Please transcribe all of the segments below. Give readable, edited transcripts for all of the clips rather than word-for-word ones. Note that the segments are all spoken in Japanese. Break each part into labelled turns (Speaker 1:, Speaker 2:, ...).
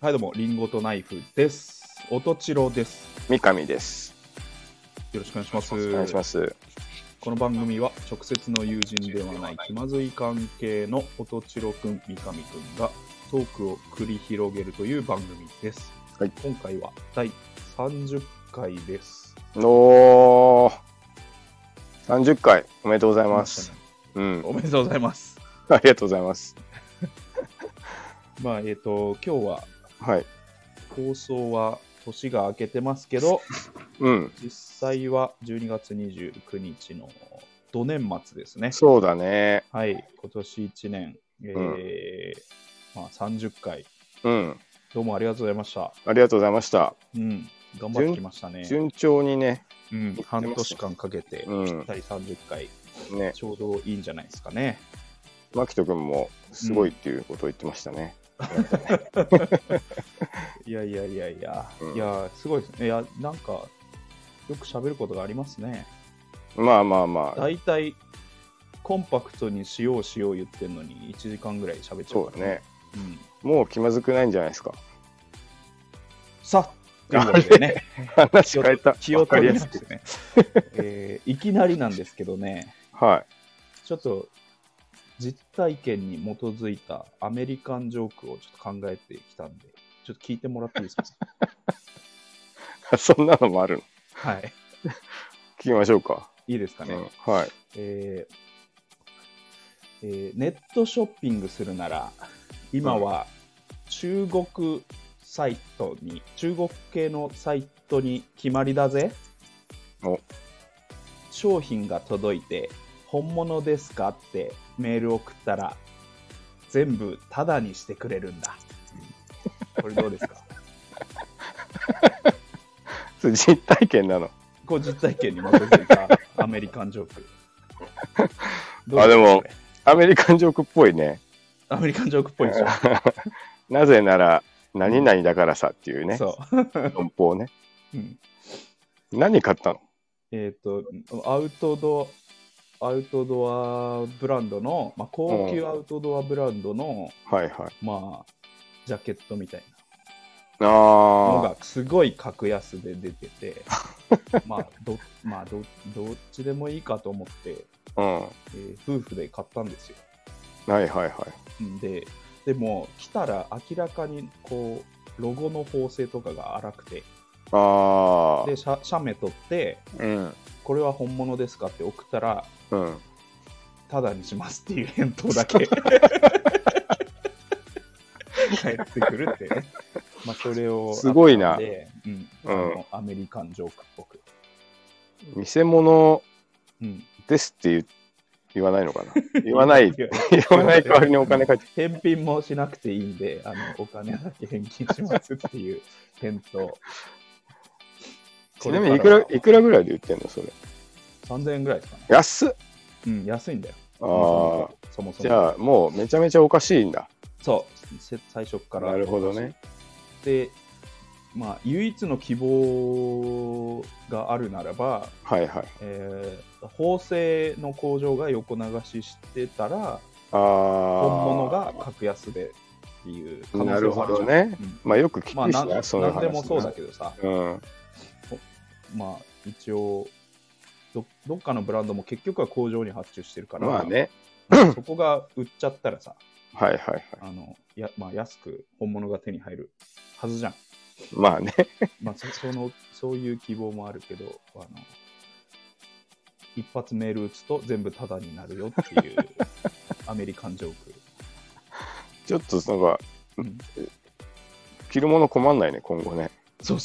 Speaker 1: はい、どうも、リンゴとナイフです。音千代です。
Speaker 2: 三上です。
Speaker 1: よろしくお願いします。
Speaker 2: お願いします。
Speaker 1: この番組は直接の友人ではない気まずい関係の音千代くん、三上くんがトークを繰り広げるという番組です。
Speaker 2: はい、
Speaker 1: 今回は第30回です。
Speaker 2: おー、30回おめでとうございます。
Speaker 1: うん、おめでとうございます。
Speaker 2: ありがとうございます。
Speaker 1: まあ、今日は、
Speaker 2: はい、
Speaker 1: 放送は年が明けてますけど、実際は12月29日の土年末ですね。
Speaker 2: そうだね。
Speaker 1: はい、今年1年、30回、どうもありがとうございました。
Speaker 2: ありがとうございました。
Speaker 1: 頑張ってきましたね。
Speaker 2: 順調にね、
Speaker 1: 半年間かけて、ぴったり30回、ね、ちょうどいいんじゃないですかね。
Speaker 2: 牧人君もすごいっていうことを言ってましたね。
Speaker 1: いや、すごいですね。いや、なんか、よく喋ることがありますね。
Speaker 2: まあ。
Speaker 1: だいたいコンパクトにしよう言ってんのに1時間ぐらい喋っちゃうからね。
Speaker 2: もう気まずくないんじゃないですか。
Speaker 1: さあ、というわけでね、
Speaker 2: 話変えた。
Speaker 1: 気を取りやすくね。いきなりなんですけどね、
Speaker 2: はい。
Speaker 1: ちょっと実体験に基づいたアメリカンジョークをちょっと考えてきたんで、ちょっと聞いてもらっていいですか。
Speaker 2: そんなのもあるの。
Speaker 1: はい。
Speaker 2: 聞きましょうか。
Speaker 1: いいですかね。
Speaker 2: はい。
Speaker 1: ネットショッピングするなら、今は中国サイトに、中国系のサイトに決まりだぜ。商品が届いて、本物ですかってメール送ったら、全部タダにしてくれるんだ。これどうですか。
Speaker 2: それ実体験なの。
Speaker 1: こう実体験に基づいたアメリカンジョーク。
Speaker 2: でもアメリカンジョークっぽいね。
Speaker 1: アメリカンジョークっぽいでしょ。
Speaker 2: なぜなら何々だからさっていうね。
Speaker 1: そう
Speaker 2: 論法ね。何買ったの？
Speaker 1: アウトドアブランドの、高級アウトドアブランドの、ジャケットみたいなのがすごい格安で出ててどっちでもいいかと思って、夫婦で買ったんですよ。でも来たら明らかにこうロゴの縫製とかが荒くて、で写メ撮って、これは本物ですかって送ったら、タダにしますっていう返答だけ返ってくるってね。それを
Speaker 2: すごいな。
Speaker 1: アメリカンジョークっぽく。
Speaker 2: 偽物ですって言わないのかな。言わない代わりにお金返って
Speaker 1: 返品もしなくていいんで、お金だけ返金しますっていう返答。
Speaker 2: ちなみにいくらぐらいで売ってんのそれ
Speaker 1: ？3000円ぐらいですかね。
Speaker 2: 安っ。
Speaker 1: 安いんだよ。そもそも。
Speaker 2: じゃあもうめちゃめちゃおかしいんだ。
Speaker 1: そう最初から。
Speaker 2: なるほどね。
Speaker 1: で唯一の希望があるならば、縫製の工場が横流ししてたら本物が格安でっていう可能性はあるじゃん。
Speaker 2: なるほどね。よく聞くしな、そういう話。
Speaker 1: 何でもそうだけどさ、一応どっかのブランドも結局は工場に発注してるから、そこが売っちゃったらさ、安く本物が手に入るはずじゃん。そういう希望もあるけど、一発メール打つと全部タダになるよっていうアメリカンジョーク。
Speaker 2: ちょっとなんか、着るもの困んないね今後ね。
Speaker 1: そう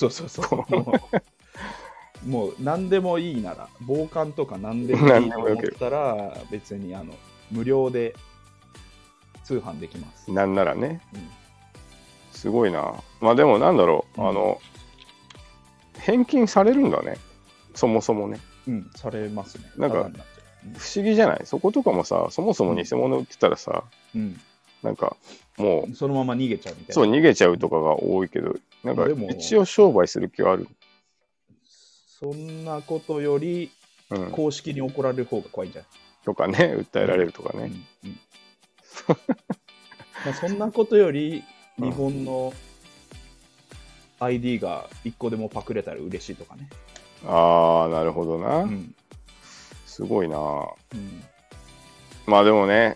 Speaker 1: もう何でもいいなら、防寒とか何でもいいと思ったら別に無料で通販できます。
Speaker 2: なんならね。すごいな。でもなんだろう、返金されるんだね。そもそもね。
Speaker 1: されますね。
Speaker 2: なんか不思議じゃない？そことかもさ、そもそも偽物売ってたらさ、なんかもう
Speaker 1: そのまま逃げちゃうみたいな。
Speaker 2: そう逃げちゃうとかが多いけど、なんか一応商売する気はある。
Speaker 1: そんなことより公式に怒られる方が怖いんじゃない？
Speaker 2: とかね、訴えられるとかね。
Speaker 1: そんなことより日本の ID が1個でもパクれたら嬉しいとかね。
Speaker 2: ああ、なるほどな。すごいな。まあでもね、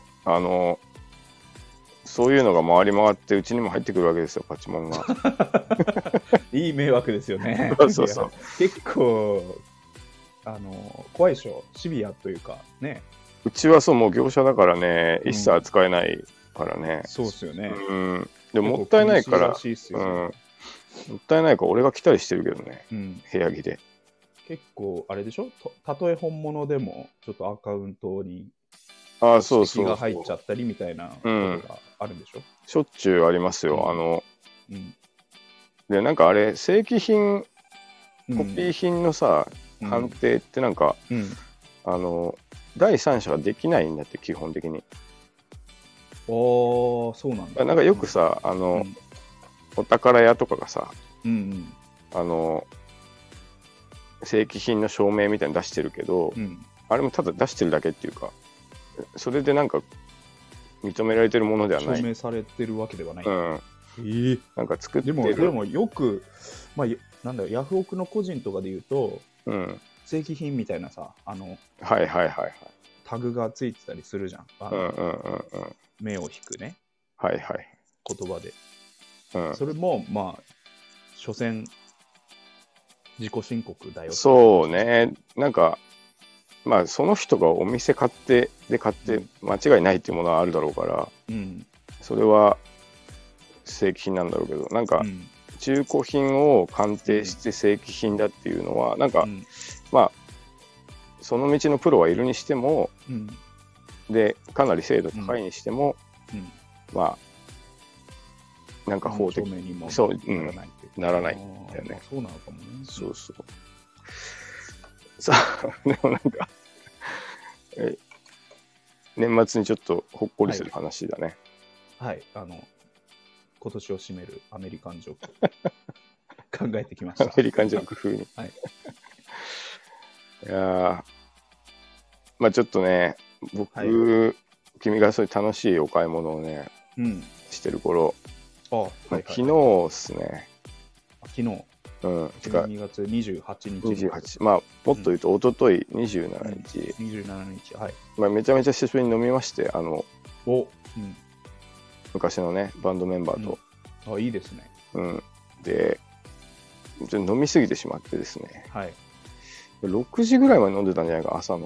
Speaker 2: そういうのが回り回ってうちにも入ってくるわけですよ、パチモンが。
Speaker 1: いい迷惑ですよね。
Speaker 2: そうそう
Speaker 1: 結構怖いでしょ、シビアというかね。
Speaker 2: うちはそう、もう業者だからね、一切扱えないからね。
Speaker 1: そうですよね。
Speaker 2: でももったいないから、もったいないから俺が来たりしてるけどね、部屋着で。
Speaker 1: 結構あれでしょ、たとえ本物でもちょっとアカウントに
Speaker 2: そう
Speaker 1: 指摘が入っちゃったりみたいなことがあるんでしょ。
Speaker 2: しょっちゅうありますよ。でなんかあれ正規品コピー品のさ、判定ってなんか、第三者ができないんだって、基本的に。
Speaker 1: そうなんだ。
Speaker 2: なんかよくさ、お宝屋とかがさ、正規品の証明みたいに出してるけど、あれもただ出してるだけっていうか、それでなんか認められてるものではない。
Speaker 1: 証明されてるわけではない。
Speaker 2: なんか作ってる。
Speaker 1: でもよく、まあ、なんだろう、ヤフオクの個人とかで言うと、正規品みたいなさ、タグがついてたりするじゃん。目を引くね。言葉で。それも、まあ、所詮、自己申告だよ。
Speaker 2: そうね。なんか、まあ、その人がお店買って間違いないっていうものはあるだろうから、それは正規品なんだろうけど、なんか、中古品を鑑定して正規品だっていうのは、なんか、まあ、その道のプロはいるにしても、で、かなり精度高いにしても、まあ、なんか法的にもならないんだよね。
Speaker 1: そうなのかもね。
Speaker 2: そうそう。さあ、でもなんか、年末にちょっとほっこりする話だね。
Speaker 1: はい、今年を締めるアメリカンジョーク考えてきました。
Speaker 2: アメリカンジョーク風に。いやまあちょっとね、僕、君がそういう楽しいお買い物をね、してる頃、昨日っすね。
Speaker 1: 昨日。12月28日。
Speaker 2: 28。まあ、もっと言うと、おととい27日。
Speaker 1: 27日、はい。
Speaker 2: まあ、めちゃめちゃ久しぶりに飲みまして、昔のね、バンドメンバー
Speaker 1: と。いいですね。
Speaker 2: で、飲みすぎてしまってですね。6時ぐらいまで飲んでたんじゃないか、朝の。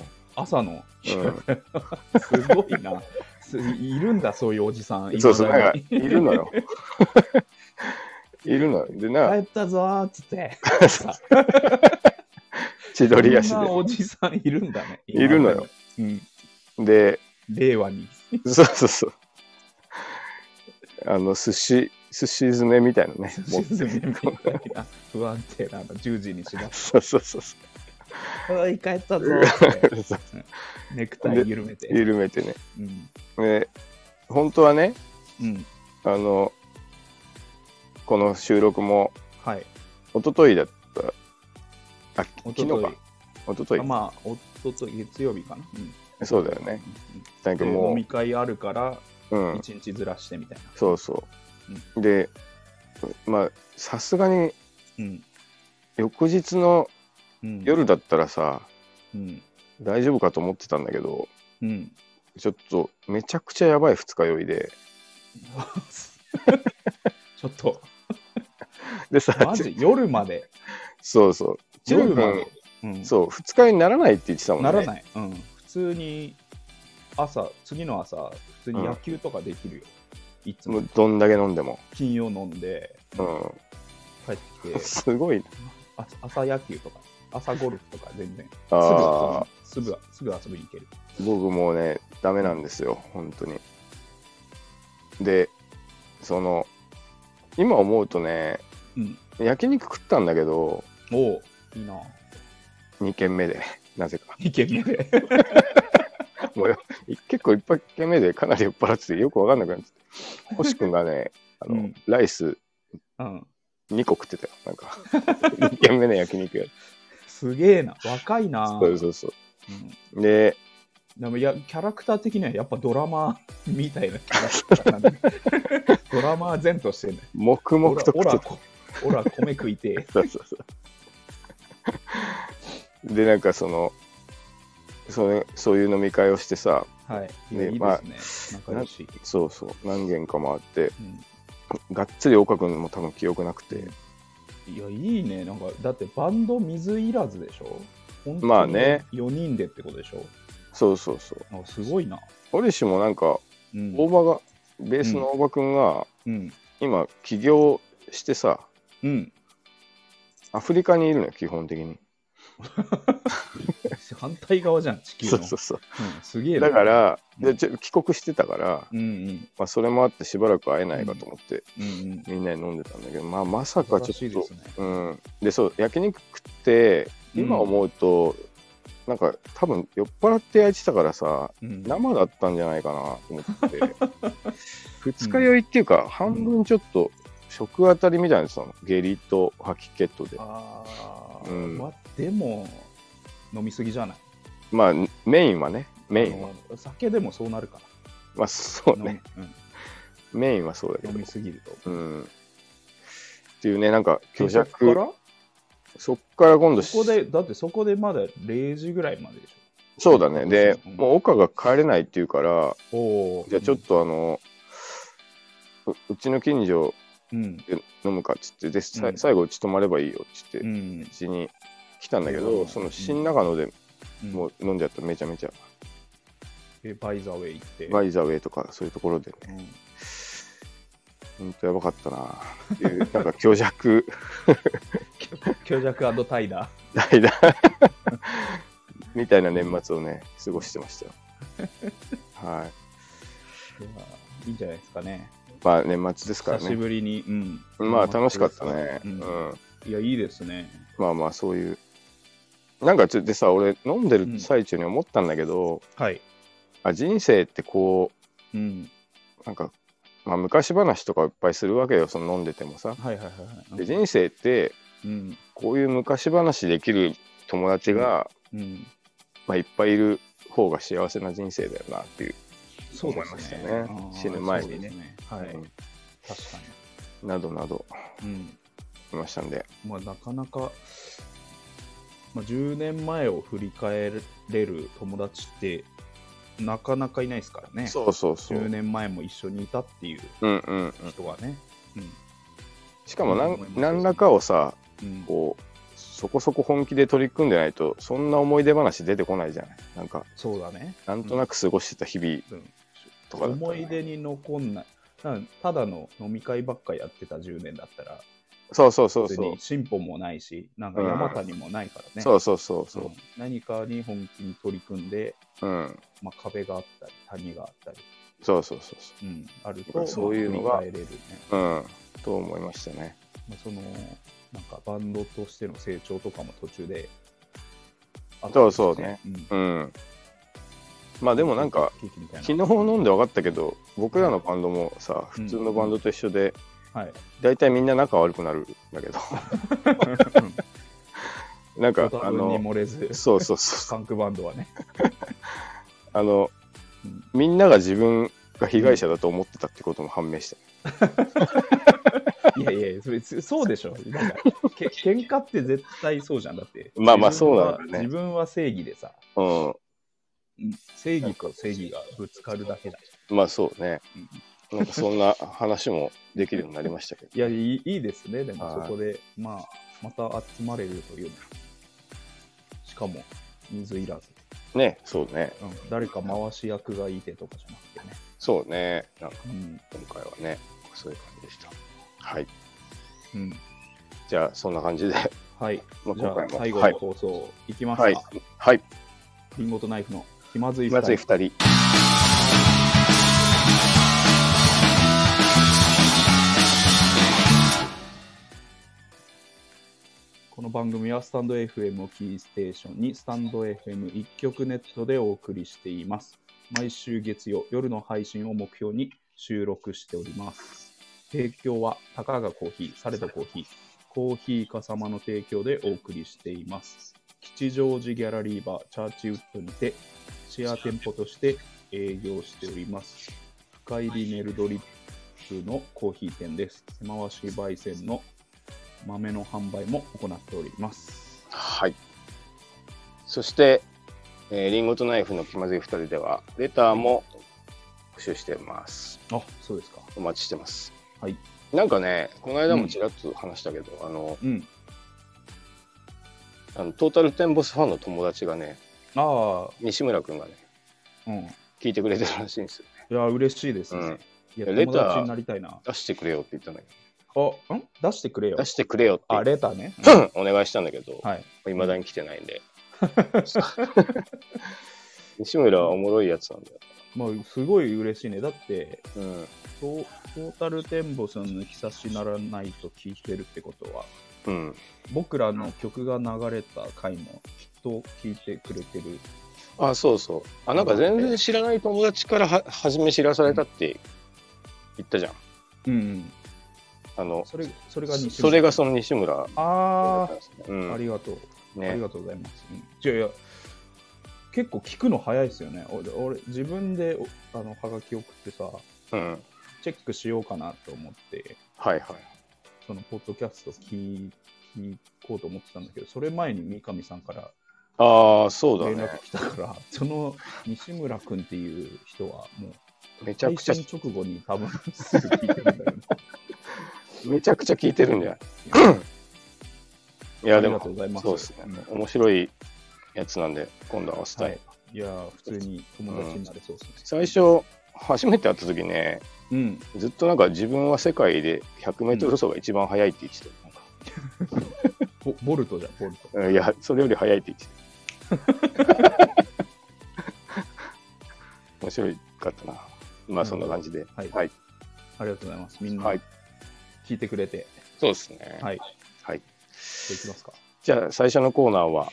Speaker 1: すごいな。いるんだ、そういうおじさん。
Speaker 2: そうそう、なんかいるのよ。いるのよ。で
Speaker 1: 帰ったぞーっつって。
Speaker 2: 千鳥足で。
Speaker 1: そんなおじさんいるんだね。
Speaker 2: いるのよ。で、
Speaker 1: 令和に。
Speaker 2: そうそうそう。寿司詰めみたいなね。
Speaker 1: 寿司詰めみたいな。不安定な10時にしだす。
Speaker 2: そう。
Speaker 1: おい、帰ったぞーって。ネクタイ緩めて。
Speaker 2: ね。で、本当はね、この収録も、一昨日だった。昨日か。一昨日。
Speaker 1: まあ、一昨日月曜日かな。
Speaker 2: そうだよね。
Speaker 1: だけどもう飲み会あるから、1日ずらしてみたいな。
Speaker 2: そうそう。で、まあ、さすがに、翌日の夜だったらさ、大丈夫かと思ってたんだけど、ちょっとめちゃくちゃやばい二日酔いで。
Speaker 1: ちょっと。
Speaker 2: でさ、
Speaker 1: マジ夜まで。
Speaker 2: そうそう。夜まで。そう、二日酔いにならないって言ってたもんね。
Speaker 1: ならない。普通に次の朝、普通に野球とかできるよ。いつも。
Speaker 2: どんだけ飲んでも。
Speaker 1: 金曜飲んで、帰ってきて。
Speaker 2: すごいな。
Speaker 1: 朝野球とか、朝ゴルフとか全然。すぐ遊びに行ける。
Speaker 2: 僕もうね、ダメなんですよ、本当に。で、今思うとね、焼肉食ったんだけど、
Speaker 1: いいな。
Speaker 2: 2軒目で、なぜか。
Speaker 1: 2軒目で。
Speaker 2: もう結構1軒目でかなり酔っ払っててよく分かんなくなってて、星君がね、ライス2個食ってたよ、なんか。2軒目の焼肉や。
Speaker 1: すげえな、若いな。
Speaker 2: そう。で
Speaker 1: もキャラクター的にはやっぱドラマーみたいなキャラクターなんでドラマー前としてね。
Speaker 2: 黙々と食ってた。
Speaker 1: オラ米食いて
Speaker 2: そうそうそうでなんかそういう飲み会をしてさ、
Speaker 1: はい、いいですね、仲良し。
Speaker 2: そうそう、何軒かもあって、がっつり岡君も多分記憶なくて、
Speaker 1: いや、いいね。なんかだってバンド水いらずでしょ。
Speaker 2: まあね、
Speaker 1: 4人でってことでしょ。
Speaker 2: そうそうそう。
Speaker 1: すごいな。
Speaker 2: 折しもなんか、大場がベースの大場君が、今起業してさ、アフリカにいるのよ、基本的に。
Speaker 1: 反対側じゃん、地球の。
Speaker 2: そうそう、
Speaker 1: すげえな。
Speaker 2: だから帰国してたから、まあ、それもあってしばらく会えないかと思って、みんなで飲んでたんだけど、まさかちょっと、でそう焼肉食って今思うと、なんか多分酔っ払って焼いてたからさ、生だったんじゃないかなと思って二日酔いっていうか、半分ちょっと食当たりみたいなさ、下痢と吐き気とで。
Speaker 1: でも飲みすぎじゃない。
Speaker 2: まあメインはね、
Speaker 1: 酒でもそうなるから。
Speaker 2: まあそうね、メインはそうだけど、
Speaker 1: 飲みすぎると。
Speaker 2: っていうね、なんか虚弱。そっから今度
Speaker 1: だってそこでまだ0時ぐらいまででしょ。
Speaker 2: そうだね。で、もう岡が帰れないっていうから、じゃあちょっとうちの近所で飲むかっつって、で最後うち泊まればいいよっつって、うちに来たんだけど、その新長野でもう飲んじゃった、めちゃめちゃ。
Speaker 1: バイザウェイ行って。
Speaker 2: バイザウェイとかそういうところでね。ほんとやばかったなっていう、なんか虚弱。
Speaker 1: 虚弱&怠惰。
Speaker 2: 怠惰。みたいな年末をね、過ごしてましたよ。はい。
Speaker 1: いいんじゃないですかね。
Speaker 2: まあ年末ですからね。
Speaker 1: 久しぶりに。
Speaker 2: まあ楽しかったね。
Speaker 1: いや、いいですね。
Speaker 2: まあまあそういう。なんかでさ、俺飲んでる最中に思ったんだけど、人生ってこう、なんか、まあ昔話とかいっぱいするわけよ、その飲んでてもさ。で人生って、こういう昔話できる友達が、まあいっぱいいる方が幸せな人生だよなっていう思いましたね。死ぬ前にね。
Speaker 1: はい。確か
Speaker 2: に。などなど、いましたんで。
Speaker 1: まあなかなか、10年前を振り返れる友達ってなかなかいないですからね。
Speaker 2: そうそうそう。
Speaker 1: 10年前も一緒にいたっていう人がね。
Speaker 2: しかも何らかをさ、こうそこそこ本気で取り組んでないとそんな思い出話出てこないじゃない。なんか
Speaker 1: そうだね。
Speaker 2: なんとなく過ごしてた日々とかだったら、
Speaker 1: 思い出に残んない。ただの飲み会ばっかやってた10年だったら、
Speaker 2: そうそうそうそう、
Speaker 1: 進歩もないし、なんか山谷もないからね。
Speaker 2: そうそうそうそう、
Speaker 1: 何かに本気に取り組んで、まあ、壁があったり谷があったり、
Speaker 2: そうそうそうそう、
Speaker 1: あると
Speaker 2: そういうのが
Speaker 1: 振り返れるね。
Speaker 2: と思いましたね。
Speaker 1: そのなんかバンドとしての成長とかも途中で
Speaker 2: あったんですね。そうね。まあでもなんか昨日飲んで分かったけど、僕らのバンドもさ、普通のバンドと一緒で、だいたいみんな仲悪くなるんだけどなんか
Speaker 1: に漏れず、
Speaker 2: そうそうそう、
Speaker 1: パンクバンドはね
Speaker 2: みんなが自分が被害者だと思ってたってことも判明した。
Speaker 1: いやいや、そうでしょ。なんか喧嘩って絶対そうじゃん。だって
Speaker 2: まあまあそうなんだね。
Speaker 1: 自分は正義でさ、正義と正義がぶつかるだけだ。
Speaker 2: まあそうね。なんかそんな話もできるようになりましたけど。
Speaker 1: いや、いいですね。でもそこで、また集まれるという。しかも、水いらず。
Speaker 2: ね、そうね。
Speaker 1: 誰か回し役がいてとかじゃなくてね。
Speaker 2: そうね。なんか、今回はね、そういう感じでした。はい。じゃあ、そんな感じで。
Speaker 1: はい。じゃあ、最後の放送、いきますか。
Speaker 2: はい。
Speaker 1: リンゴとナイフの気まずい
Speaker 2: 2人。
Speaker 1: この番組はスタンド FM をキーステーションにスタンド FM 一曲ネットでお送りしています。毎週月曜夜の配信を目標に収録しております。提供はたかがコーヒー、サレドコーヒー、コーヒーかさまの提供でお送りしています。吉祥寺ギャラリーバーチャーチウッドにてシェア店舗として営業しております。深入りネルドリップのコーヒー店です。手回し焙煎の豆の販売も行っております。
Speaker 2: はい。そして、リンゴとナイフの気まずい2人ではレターも募集してます。
Speaker 1: あ、そうですか。
Speaker 2: お待ちしてます。
Speaker 1: はい。
Speaker 2: なんかね、この間もちらっと話したけど、トータルテンボスファンの友達がね、西村くんがね、聞いてくれてるらしいんですよね。
Speaker 1: いや、嬉しいですね。
Speaker 2: いや、レター出してくれよって言ったんだけ
Speaker 1: ど。出してくれよ。
Speaker 2: 出してくれよって。
Speaker 1: レターね。
Speaker 2: お願いしたんだけど、未だに来てないんで。西村はおもろいやつなんだよ。
Speaker 1: まあ、すごい嬉しいね。だって、トータルテンボスの抜き差しならないと聞いてるってことは、僕らの曲が流れた回もきっと聞いてくれてる。
Speaker 2: あ、そうそう。なんか全然知らない友達から初め知らされたって言ったじゃん。
Speaker 1: それが西村。
Speaker 2: それがその西村。
Speaker 1: ありがとう。ありがとうございます。いや結構聞くの早いですよね。俺自分ではがき送ってさ、チェックしようかなと思って、そのポッドキャスト聞こうと思ってたんだけど、それ前に三上さんから
Speaker 2: そうだね、
Speaker 1: 連絡来たから、その西村君っていう人はもう
Speaker 2: めちゃくちゃ
Speaker 1: 配信直後に多分すぐ聞いてるんだよね。
Speaker 2: めちゃくちゃ聞いてるんじゃないいやでもそうですね、面白いやつなんで今度合わせたい。
Speaker 1: いや普通に友達になれそうですね。
Speaker 2: 最初初めて会った時ね、ずっとなんか自分は世界で 100m 走が一番速いって言って
Speaker 1: た。ボルトじゃん、ボル
Speaker 2: ト。いやそれより速いって言ってた。面白かったな。まあそんな感じで。
Speaker 1: はい。ありがとうございます。みんな聞いてくれて。
Speaker 2: そうですね。
Speaker 1: はい。じゃあいきますか。
Speaker 2: じゃあ最初のコーナーは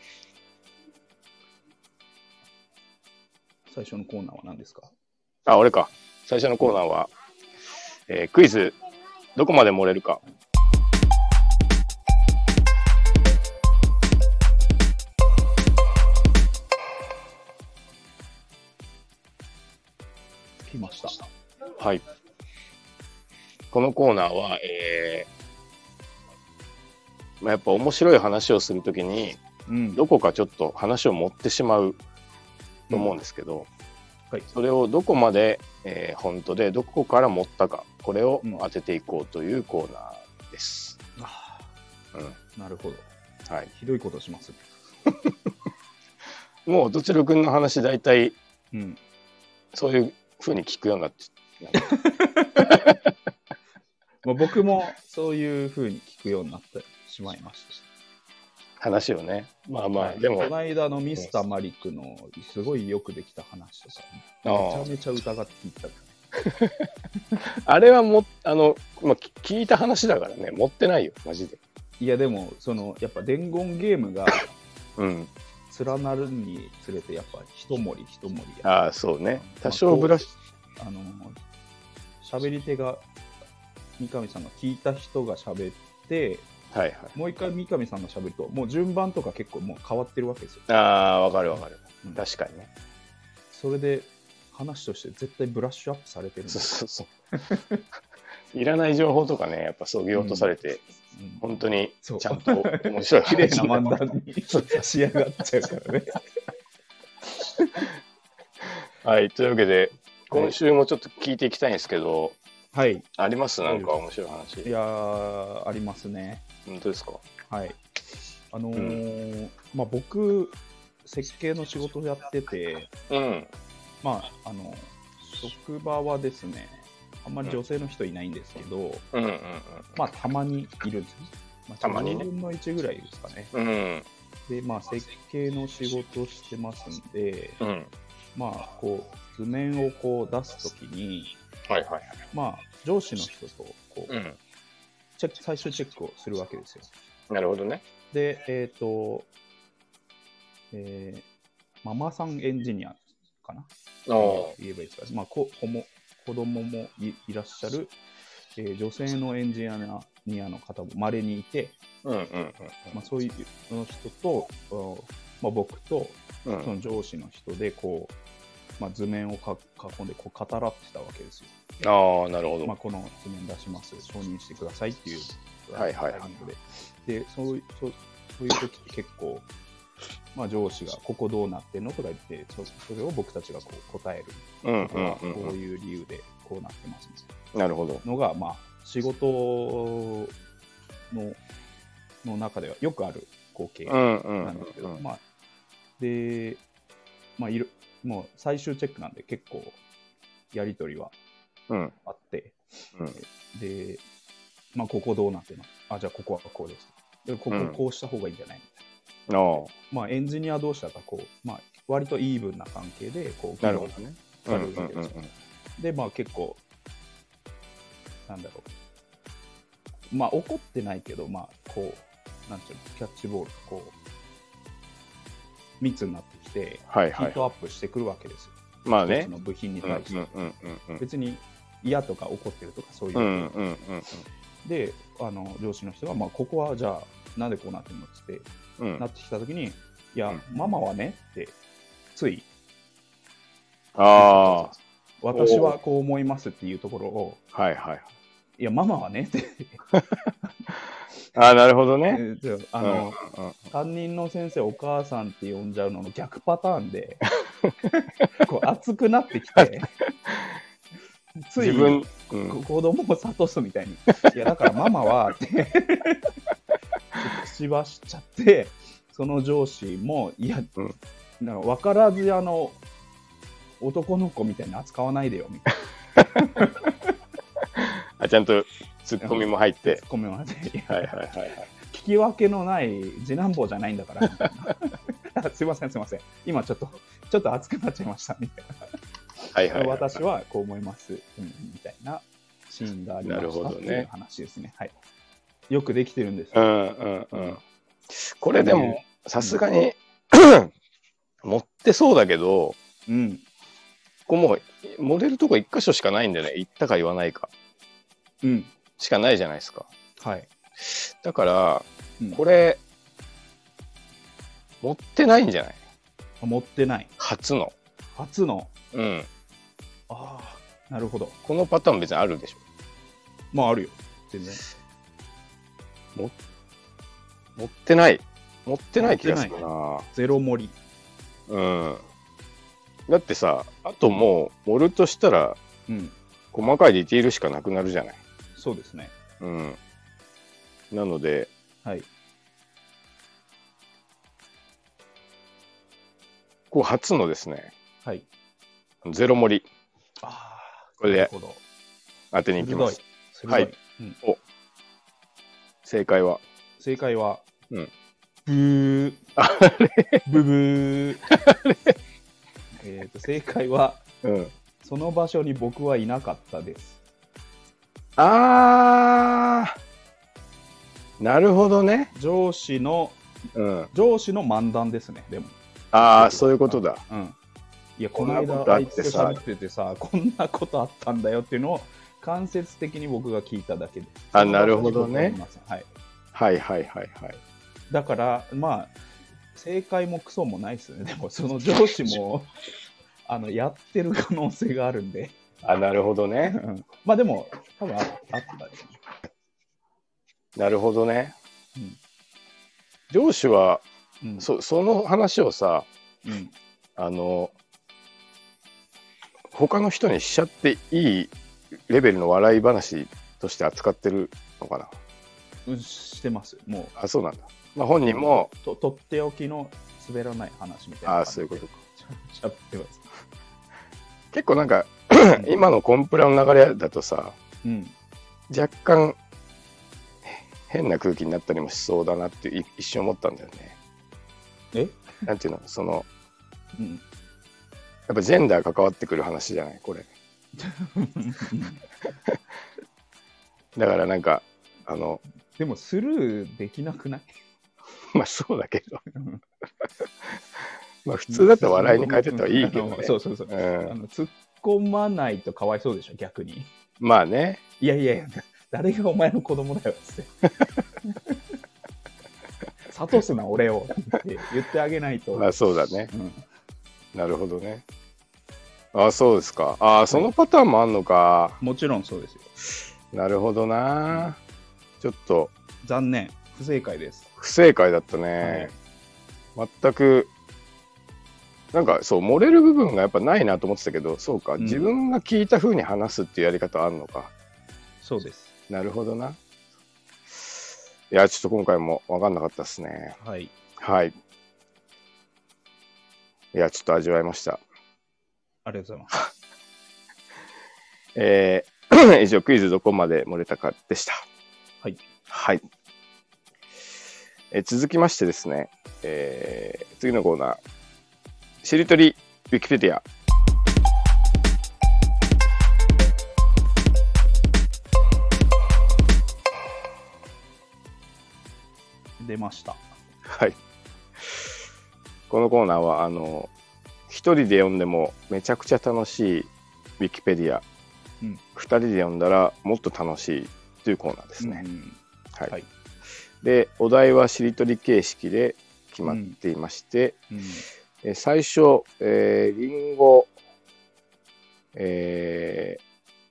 Speaker 1: 何ですか？
Speaker 2: 俺か。最初のコーナーは、クイズどこまで漏れるか。
Speaker 1: 来ました。
Speaker 2: はい。このコーナーは、やっぱ面白い話をするときに、どこかちょっと話を持ってしまうと思うんですけど、それをどこまで、本当でどこから持ったか、これを当てていこうというコーナーです。
Speaker 1: なるほど。
Speaker 2: はい。
Speaker 1: ひどいことしますね。
Speaker 2: もうどちらくんの話大体、そういう風に聞くようになって。
Speaker 1: 僕もそういう風に聞くようになってしまいました。
Speaker 2: 話をね。
Speaker 1: でもこの間のミスターマリックのすごいよくできた話とか、めちゃめちゃ疑って聞いたからね。
Speaker 2: あれは聞いた話だからね、持ってないよマジで。
Speaker 1: いやでもやっぱ伝言ゲームが連なるにつれてやっぱ一盛り
Speaker 2: そうね。多少ブラシ
Speaker 1: 喋り手が三上さんが聞いた人が喋って、もう一回三上さんが喋るともう順番とか結構もう変わってるわけですよ。
Speaker 2: わかる、確かにね。
Speaker 1: それで話として絶対ブラッシュアップされてるんです。
Speaker 2: いらない情報とかね、やっぱそぎ落とされて、本当にちゃんと面白い
Speaker 1: 綺麗な漫談に仕上がっちゃうからね。
Speaker 2: はい、というわけで今週もちょっと聞いていきたいんですけど、あります？なんか面白い話。
Speaker 1: いやありますね。
Speaker 2: 本当ですか？
Speaker 1: はい。僕設計の仕事をやってて、職場はですね、あんまり女性の人いないんですけど、たまにいるんですね。たまにね。10分の1ぐらいですかね。で、設計の仕事をしてますんで、図面を出すときに、上司の人と最終チェックをするわけですよ。
Speaker 2: なるほどね。
Speaker 1: で、ママさんエンジニアかな言えばいいですか。子供も いらっしゃる、女性のエンジニアの方も稀にいて、そういうの人と、僕とその上司の人で図面を囲んでこう語らってたわけですよ。
Speaker 2: ああ、なるほど。
Speaker 1: この図面出します、承認してくださいっていう
Speaker 2: はいはいはい。
Speaker 1: で、そういう時って結構、上司がここどうなってんのとか言って、それを僕たちがこう答える。こういう理由でこうなってますみたいな。
Speaker 2: なるほど。
Speaker 1: のが、仕事の中ではよくある光景なんですけど、で、もう最終チェックなんで結構やり取りはあって、で、ここどうなってます。じゃあここはこうです。で、こうした方がいいんじゃないみたいな。エンジニア同士だとこう、割とイーブンな関係でこう、
Speaker 2: なるほどね。
Speaker 1: で、結構なんだろう。怒ってないけど、こう、なんていうの、キャッチボールがこう、密になってきて、ヒートアップしてくるわけですよ。一つの部品に対して。別に嫌とか怒ってるとかそういう。で、上司の人が、ここはじゃあ、なんでこうなってるのってなってきたときに、いや、ママはねって、つい、私はこう思いますっていうところを、いや、ママはねって
Speaker 2: なるほどね。
Speaker 1: 担任の先生、お母さんって呼んじゃうのの逆パターンで、こう熱くなってきて、つい子供を諭すみたいに、いや、だからママはって口走っちゃって、その上司も、いや、なんか分からず男の子みたいに扱わないでよみたいな。
Speaker 2: ちゃんとツッコミも入って。
Speaker 1: ツッコミも入って。聞き分けのない次男坊じゃないんだからみたいな。すいません。今ちょっと熱くなっちゃいましたみたいな。私はこう思います、みたいなシーンがありましたっていう話ですね。よくできてるんですよ。
Speaker 2: これでもさすがに持ってそうだけど、ここもうモデルとこ1箇所しかないんでね、言ったか言わないかしかないじゃないですか。だから、これ持ってないんじゃない？
Speaker 1: 持ってない。
Speaker 2: 初の。
Speaker 1: なるほど。
Speaker 2: このパターン別にあるでしょ。
Speaker 1: あるよ、全然。
Speaker 2: 持ってない気がするな。
Speaker 1: ゼロ盛り。
Speaker 2: だってさ、あともう盛るとしたら、細かいディティールしかなくなるじゃない。
Speaker 1: そうですね。
Speaker 2: なので、こう初のですね、ゼロ盛り。これで当てに行きます。正解は
Speaker 1: ブー。ブブー。正解は、その場所に僕はいなかったです。
Speaker 2: なるほどね。
Speaker 1: 上司の漫談ですね、でも。
Speaker 2: そういうことだ。
Speaker 1: いや、この間あいつと喋っててさ、こんなことあったんだよっていうのを間接的に僕が聞いただけです。
Speaker 2: なるほどね。
Speaker 1: だから正解もクソもないですね。でもその上司もやってる可能性があるんで。
Speaker 2: なるほどね。
Speaker 1: でも多分あったですね。
Speaker 2: なるほどね。上司は、その話をさ、他の人にしちゃっていいレベルの笑い話として扱ってるのかな。
Speaker 1: してます。もう。
Speaker 2: そうなんだ。本人も
Speaker 1: とっておきの滑らない話みたいな。
Speaker 2: そういうことか。
Speaker 1: しゃってます。
Speaker 2: 結構なんか今のコンプラの流れだとさ、若干変な空気になったりもしそうだなって一瞬思ったんだよね。なんていうの、やっぱジェンダー関わってくる話じゃないこれ。だからなんか
Speaker 1: でもスルーできなくない？
Speaker 2: そうだけど普通だったら笑いに変えてたらいいけどね。
Speaker 1: そう突っ込まないとかわいそうでしょ、逆に。
Speaker 2: ね。
Speaker 1: いや誰がお前の子供だよっつって諭すな俺をって言ってあげないと。
Speaker 2: そうだね。なるほどね。 あ、そうですか。あ、そのパターンもあんのか。
Speaker 1: もちろんそうです
Speaker 2: よ。なるほどな。ちょっと。
Speaker 1: 残念。不正解です。
Speaker 2: 不正解だったね。全く、なんかそう、漏れる部分がやっぱないなと思ってたけど、そうか、自分が聞いた風に話すっていうやり方あるのか。
Speaker 1: そうです。
Speaker 2: なるほどな。いや、ちょっと今回も分かんなかったですね。
Speaker 1: はい。
Speaker 2: はい。いや、ちょっと味わいました。
Speaker 1: ありがとうございます。
Speaker 2: 以上、クイズどこまで漏れたかでした。
Speaker 1: はい。
Speaker 2: はい。続きましてですね、次のコーナー、しりとりウィキペディア。
Speaker 1: 出ました。
Speaker 2: はい。このコーナーは一人で読んでもめちゃくちゃ楽しいウィキペディア、二人で読んだらもっと楽しいというコーナーですね。はい。で、お題はしりとり形式で決まっていまして、最初、リンゴ、ゴッ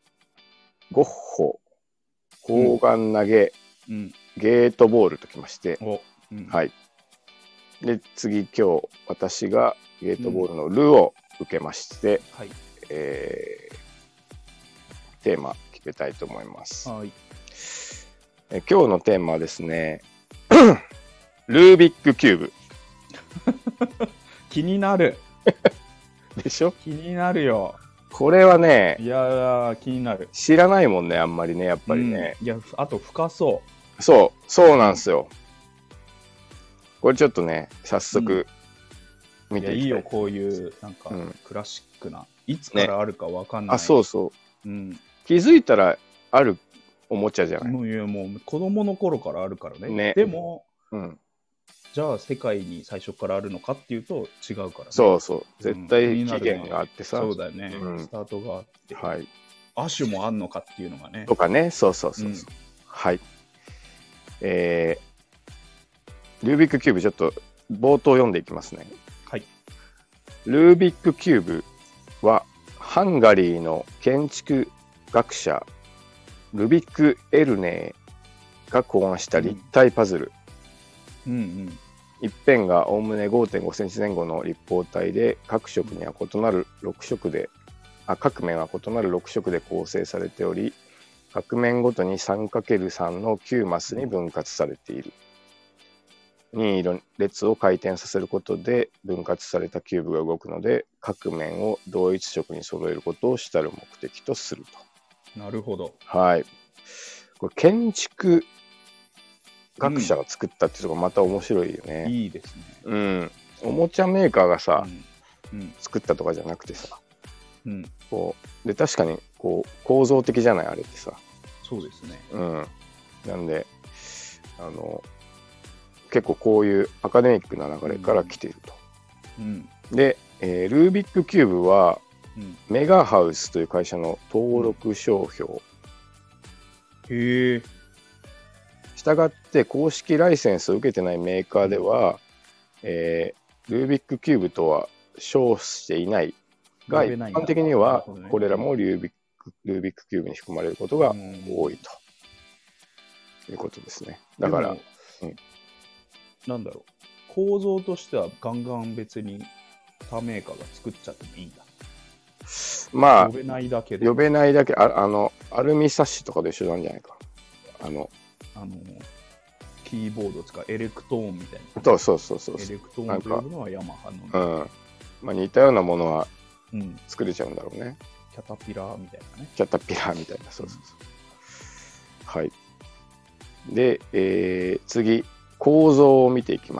Speaker 2: ホ、砲丸投げ、ゲートボールときまして、はい。で、次、今日、私がゲートボールのルを受けまして、テーマ決めたいと思います。
Speaker 1: はい。
Speaker 2: 今日のテーマはですね、ルービックキューブ。
Speaker 1: 気になる。
Speaker 2: でしょ？
Speaker 1: 気になるよ。
Speaker 2: これはね、
Speaker 1: いや気になる。
Speaker 2: 知らないもんね、あんまりね、やっぱりね。
Speaker 1: いや、あと深そう。
Speaker 2: そうなんですよ。これちょっとね、早速見ていきたい。
Speaker 1: いいよ、こういうなんかクラシックな、いつからあるかわかんない。
Speaker 2: そうそう。気づいたらあるおもちゃじゃない。
Speaker 1: もう子供の頃からあるからね。でも、じゃあ世界に最初からあるのかっていうと違うからね。
Speaker 2: そうそう。絶対期限があってさ。
Speaker 1: そうだよね。スタートがあって。はい。亜種もあんのかっていうのがね。
Speaker 2: とかね。そう。はい。ルービックキューブちょっと冒頭読んでいきますね。
Speaker 1: はい。
Speaker 2: ルービックキューブはハンガリーの建築学者ルビック・エルネーが考案した立体パズル。一辺がおおむね 5.5 センチ前後の立方体で各面は異なる6色で構成されており、各面ごとに 3×3 の9マスに分割されている。任意の列を回転させることで分割されたキューブが動くので、各面を同一色に揃えることを主たる目的とすると。
Speaker 1: なるほど。
Speaker 2: はい。これ建築学者が作ったっていうのがまた面白いよね。
Speaker 1: いいですね。
Speaker 2: おもちゃメーカーがさ、作ったとかじゃなくてさ、こうで確かにこう構造的じゃないあれってさ。
Speaker 1: そうですね。
Speaker 2: なんで結構こういうアカデミックな流れから来ていると。で、ルービックキューブは、メガハウスという会社の登録商標。
Speaker 1: へえ。
Speaker 2: したがって公式ライセンスを受けてないメーカーでは、ルービックキューブとは称していないが、一般的にはこれらもルービックキューブに含まれることが多いということですね。だから、
Speaker 1: なんだろう、構造としてはガンガン別に他メーカーが作っちゃってもいいんだ。
Speaker 2: まあ
Speaker 1: 呼べないだけ
Speaker 2: アルミサッシとかで一緒なんじゃないか。
Speaker 1: キーボードを使うエレクトーンみたいな。
Speaker 2: そう。
Speaker 1: エレクトーンというのはヤマハの。
Speaker 2: まあ似たようなものは作れちゃうんだろうね。
Speaker 1: キャタピラーみたいなね。
Speaker 2: キャタピラーみたいな、そう。はい。で、次、構造を見ていきます。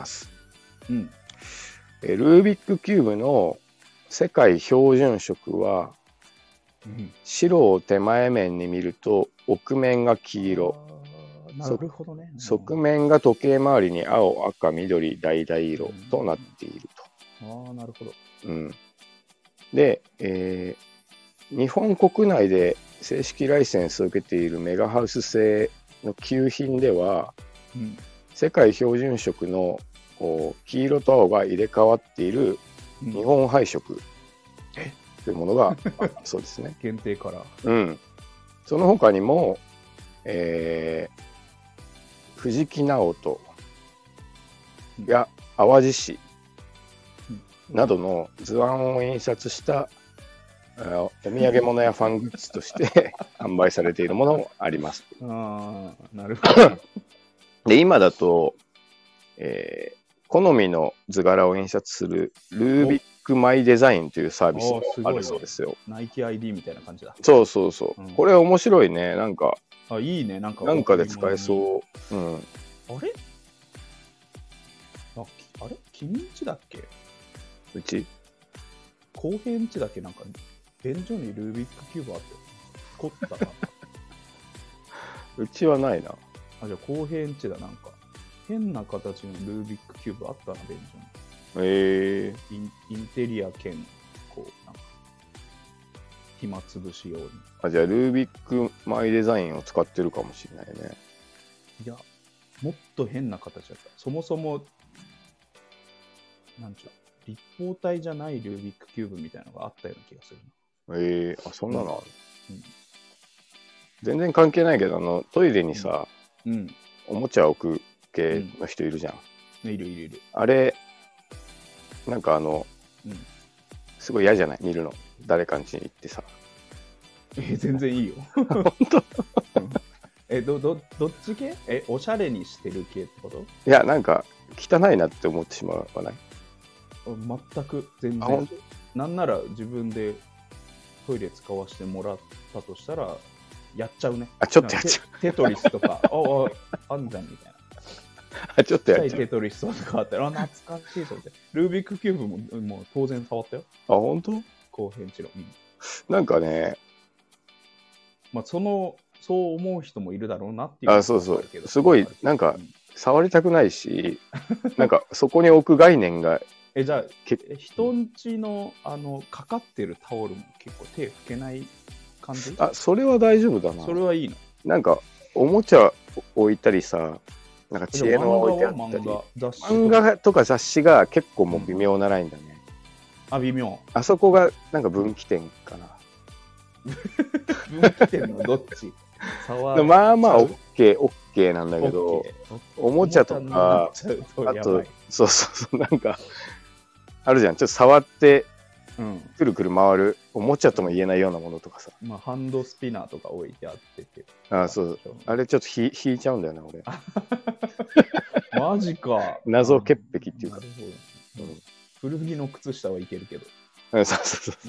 Speaker 2: ルービックキューブの世界標準色は、白を手前面に見ると奥面が黄色。
Speaker 1: なるほどね。
Speaker 2: 側面が時計回りに青、赤、緑、橙色となっている
Speaker 1: と。なるほど。
Speaker 2: で、日本国内で正式ライセンスを受けているメガハウス製の旧品では、世界標準色の黄色と青が入れ替わっている日本配色というものがそうですね。
Speaker 1: 限定カラー。
Speaker 2: うん。その他にも、藤木直人や淡路市などの図案を印刷したお土産物やファングッズとして販売されているものもあります。
Speaker 1: ああ、なるほど。
Speaker 2: で、今だと、好みの図柄を印刷するルービックマイデザインというサービスもあるそうですよ。
Speaker 1: ナイキ ID みたいな感じだ。
Speaker 2: そうそうそう。これ面白いね。なんか、
Speaker 1: いいね。なん
Speaker 2: かで使えそう。うん。
Speaker 1: あれ君んちだっけ？
Speaker 2: うち
Speaker 1: 後編んちだっけ？なんか、便所にルービックキューブあって、凝ったな。
Speaker 2: うちはないな。
Speaker 1: じゃあ後編んちだ。なんか、変な形のルービックキューブあったな、便所に。インテリア兼、こう、なんか、暇つぶし用に。
Speaker 2: じゃあ、ルービックマイデザインを使ってるかもしれないね。
Speaker 1: いや、もっと変な形だった。そもそも、なんちゅう、立方体じゃないルービックキューブみたいなのがあったような気がする
Speaker 2: な。そんなのある、全然関係ないけど、トイレにさ、おもちゃ置く系の人いるじゃん。
Speaker 1: いる。
Speaker 2: あれ、なんかすごい嫌じゃない？見るの。誰かん家に行ってさ。
Speaker 1: 全然いいよ。
Speaker 2: 本当？
Speaker 1: どっち系？おしゃれにしてる系ってこと？
Speaker 2: いや、なんか、汚いなって思ってしまわない？
Speaker 1: 全く、全然。なんなら自分でトイレ使わせてもらったとしたら、やっちゃうね。
Speaker 2: ちょっとやっちゃ
Speaker 1: う。テトリスとか、あんじゃんみたい
Speaker 2: な。ちょっとやっちゃう。
Speaker 1: テトリスとかあったら、懐かしいと思って。ルービックキューブもう当然触ったよ。
Speaker 2: 本当？
Speaker 1: 後編チロ。
Speaker 2: なんかね、
Speaker 1: そう思う人もいるだろうなっていう。
Speaker 2: そうそう。すごい、なんか、触りたくないし、なんか、そこに置く概念が、
Speaker 1: じゃあ、人んちの、かかってるタオルも結構手拭けない感じ？
Speaker 2: それは大丈夫だな。
Speaker 1: それはいいの？
Speaker 2: なんか、おもちゃ置いたりさ、なんか知恵の置いてあったり、漫画とか雑誌が結構もう微妙なラインだね。
Speaker 1: 微妙。
Speaker 2: あそこがなんか分岐点かな。
Speaker 1: 分岐点のどっち？
Speaker 2: まあまあ OK なんだけど、おもちゃとか、あと、そうなんか、あるじゃん。ちょっと触って、くるくる回る、おもちゃとも言えないようなものとかさ。
Speaker 1: ハンドスピナーとか置いてあってて。
Speaker 2: そう。あれちょっと引いちゃうんだよね、俺。
Speaker 1: マジか。
Speaker 2: 謎潔癖っていうか。
Speaker 1: 古着の靴下はいけるけど。
Speaker 2: そう。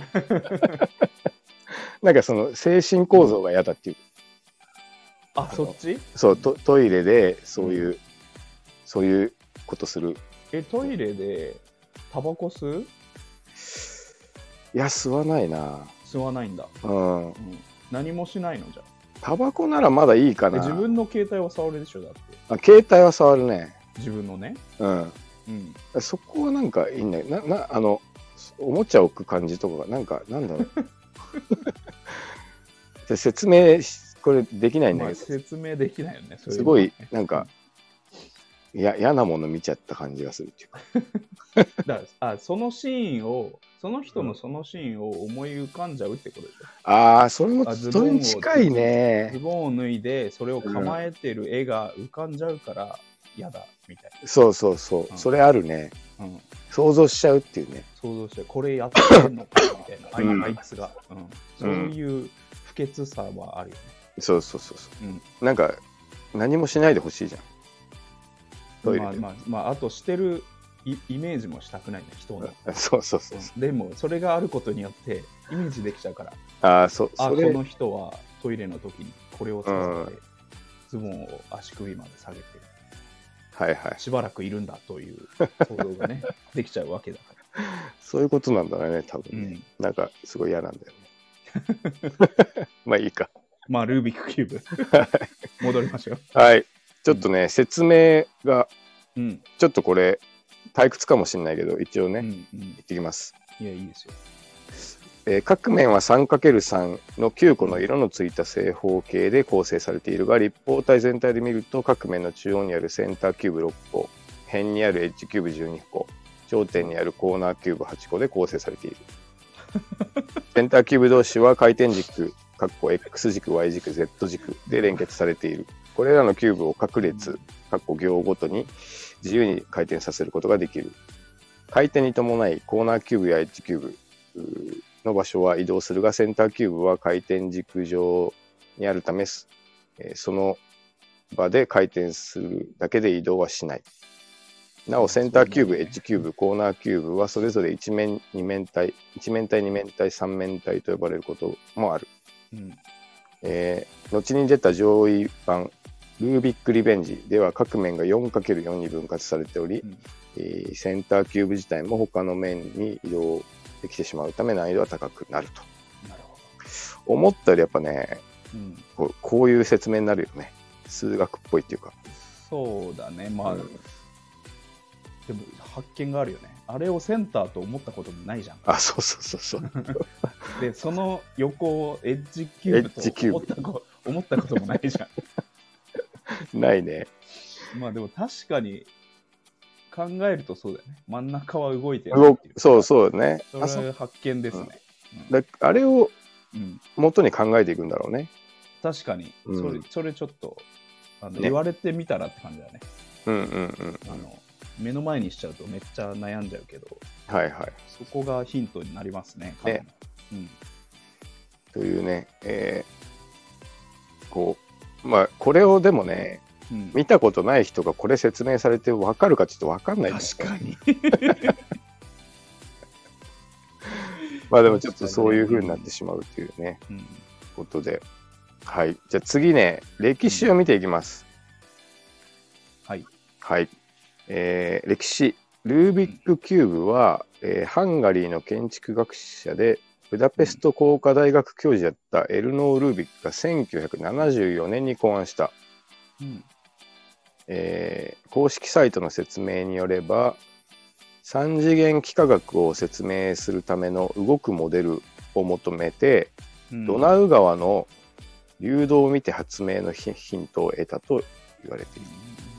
Speaker 2: なんかその精神構造が嫌だっていう。
Speaker 1: そっち？
Speaker 2: そう、トイレでそういうことする。
Speaker 1: トイレでタバコ吸う？
Speaker 2: いや、吸わないな。
Speaker 1: 吸わないんだ。何もしないの？じゃあ
Speaker 2: タバコならまだいいかな。
Speaker 1: 自分の携帯は触るでしょ？だって
Speaker 2: 携帯は触るね。
Speaker 1: 自分のね。
Speaker 2: そこはなんかいいんだよ。おもちゃ置く感じとかがなんだろう。説明これできないんだけど、
Speaker 1: 説明できないよね。
Speaker 2: すごいなんか嫌なもの見ちゃった感じがするっていう
Speaker 1: か。そのシーンを、その人のそのシーンを思い浮かんじゃうってことでし
Speaker 2: ょ。それに近いね。
Speaker 1: ズボンを脱いでそれを構えてる絵が浮かんじゃうから嫌だみたいな。
Speaker 2: そう、それあるね。想像しちゃうっていうね。
Speaker 1: 想像して、これやってんのかみたいな、あいつが、そういう不潔さはあるよね。
Speaker 2: そう、なんか何もしないでほしいじゃん。トイレで。
Speaker 1: あとしてるイメージもしたくないね、人の。
Speaker 2: そう。
Speaker 1: でもそれがあることによってイメージできちゃうから。この人はトイレの時にこれを使ってズボンを足首まで下げて、しばらくいるんだという想像がねできちゃうわけだから。
Speaker 2: そういうことなんだね、多分ね。なんかすごい嫌なんだよね。まあいいか。
Speaker 1: ルービックキューブ戻りましょう。
Speaker 2: はい。ちょっとね、説明がちょっとこれ退屈かもしれないけど、一応ね、言ってきます。
Speaker 1: いや、いいですよ。
Speaker 2: 各面は 3×3 の9個の色のついた正方形で構成されているが、立方体全体で見ると各面の中央にあるセンターキューブ6個、辺にあるエッジキューブ12個、頂点にあるコーナーキューブ8個で構成されている。 センターキューブ同士は回転軸X 軸 Y 軸 Z 軸で連結されている。これらのキューブを各列行ごとに自由に回転させることができる。回転に伴いコーナーキューブやエッジキューブの場所は移動するが、センターキューブは回転軸上にあるため、その場で回転するだけで移動はしない。なお、センターキューブ、エッジキューブ、コーナーキューブはそれぞれ1面体、2面体、3面体と呼ばれることもある。後に出た上位版、ルービックリベンジでは各面が 4×4 に分割されており、センターキューブ自体も他の面に移動できてしまうため難易度は高くなると。なるほど。思ったよりやっぱね、こういう説明になるよね。数学っぽいっていうか。
Speaker 1: そうだね。まあ、でも発見があるよね。あれをセンターと思ったこともないじゃん。
Speaker 2: あ、そう
Speaker 1: で、その横をエッジキューブと思ったこともないじゃ
Speaker 2: ん。ないね。
Speaker 1: まあでも確かに考えるとそうだよね。真ん中は動いてる
Speaker 2: っていう。そうね。
Speaker 1: それ発見ですね。
Speaker 2: あれを元に考えていくんだろうね。
Speaker 1: 確かに。それちょっと言われてみたらって感じだね。目の前にしちゃうとめっちゃ悩んじゃうけど、そこがヒントになりますね。
Speaker 2: というね、まあこれをでもね、見たことない人がこれ説明されて分かるかちょっと分かんない。
Speaker 1: 確かに。
Speaker 2: まあでもちょっとそういう風になってしまうというね、ことで、はい。じゃあ次ね、歴史を見ていきます。はい。歴史。ルービックキューブは、ハンガリーの建築学者でブダペスト工科大学教授だったエルノー・ルービックが1974年に考案した。公式サイトの説明によれば、3次元幾何学を説明するための動くモデルを求めて、ドナウ川の流動を見て発明のヒントを得たと言われている。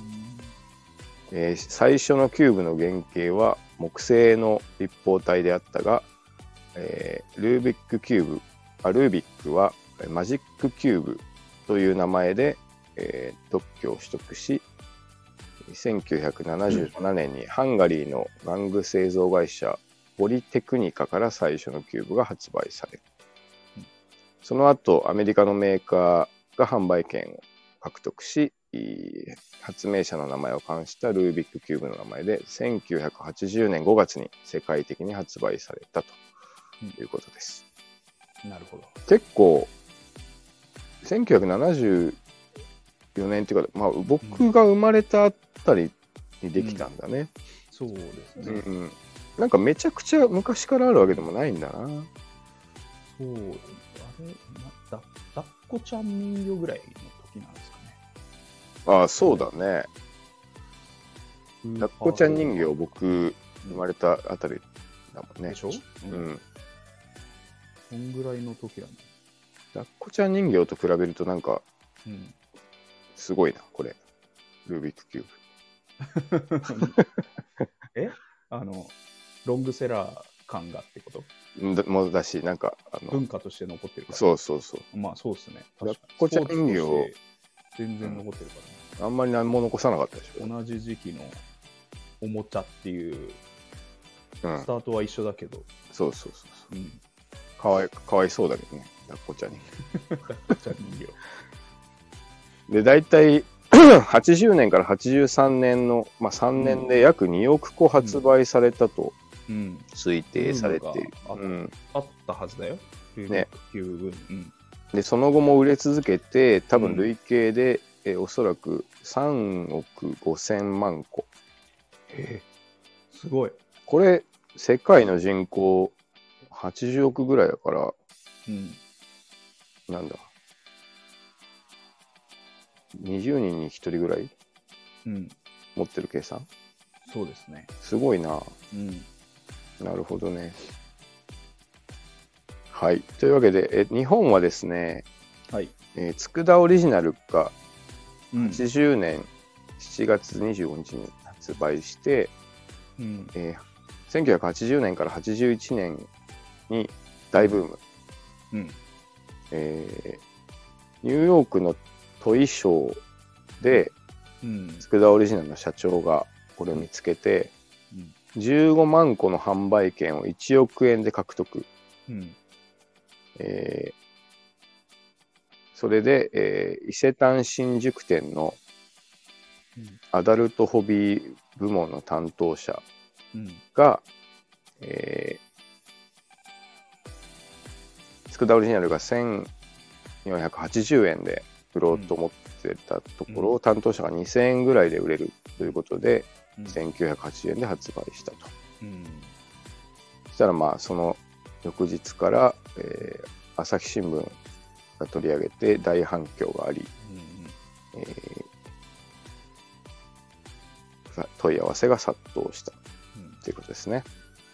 Speaker 2: 最初のキューブの原型は木製の立方体であったが、ルービックはマジックキューブという名前で、特許を取得し、1977年にハンガリーの玩具製造会社ポリテクニカから最初のキューブが発売される。その後アメリカのメーカーが販売権を獲得し、発明者の名前を冠したルービックキューブの名前で1980年5月に世界的に発売されたということです。
Speaker 1: なるほど。
Speaker 2: 結構1974年っていうか、まあ、僕が生まれたあたりにできたんだね。
Speaker 1: そうですね。
Speaker 2: なんかめちゃくちゃ昔からあるわけでもないんだな。
Speaker 1: そう、だっこちゃん人形ぐらいの時なんですかね。
Speaker 2: ああ、そうだね。だっこちゃん人形、僕生まれたあたりだもんね。
Speaker 1: でしょ？こんぐらいの時なんだ。
Speaker 2: だっこちゃん人形と比べるとなんか、すごいな、これ。ルービックキュー
Speaker 1: ブ。ロングセラー感がってこと
Speaker 2: もだし、なんか
Speaker 1: 文化として残ってるから。
Speaker 2: そう。
Speaker 1: まあそうですね。
Speaker 2: だっこちゃん人形
Speaker 1: 全然残ってるから
Speaker 2: ね。あんまり何も残さなかったでしょ。
Speaker 1: 同じ時期のおもちゃっていうスタートは一緒だけど。
Speaker 2: そう。かわいそうだけどね、だっこちゃん人形。
Speaker 1: だっこちゃん人形。
Speaker 2: で、大体80年から83年の、3年で約2億個発売されたと推定されている。
Speaker 1: あったはずだよ。ね。
Speaker 2: で、その後も売れ続けて、多分累計で、おそらく3億5000万個。
Speaker 1: すごい。
Speaker 2: これ、世界の人口80億ぐらいだから、なんだ。20人に1人ぐらい、持ってる計算？
Speaker 1: そうですね。
Speaker 2: すごいな。なるほどね。はい。というわけで、日本はですね、佃オリジナルが80年7月25日に発売して、1980年から81年に大ブーム、
Speaker 1: うん
Speaker 2: ニューヨークのトイショーで、佃オリジナルの社長がこれを見つけて、15万個の販売権を1億円で獲得、それで、伊勢丹新宿店のアダルトホビー部門の担当者が、佃オリジナルが1480円で売ろうと思ってたところを、担当者が2000円ぐらいで売れるということで、1980円で発売したと。そしたらまあその翌日から、朝日新聞が取り上げて大反響があり、問い合わせが殺到したということですね。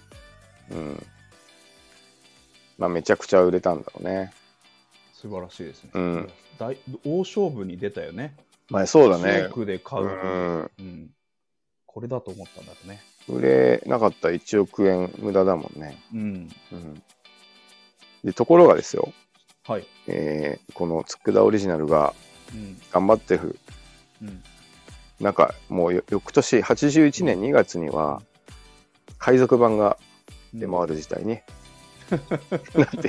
Speaker 2: まあめちゃくちゃ売れたんだろうね。
Speaker 1: 素晴らしいですね。大勝負に出たよね。
Speaker 2: まあそうだね。
Speaker 1: 1億で買う、これだと思ったんだろうね。
Speaker 2: 売れなかったら1億円無駄だもんね。でところがですよ、
Speaker 1: はい、
Speaker 2: この佃オリジナルが頑張ってる、なんかもう翌年81年2月には海賊版が出回る事態になっている。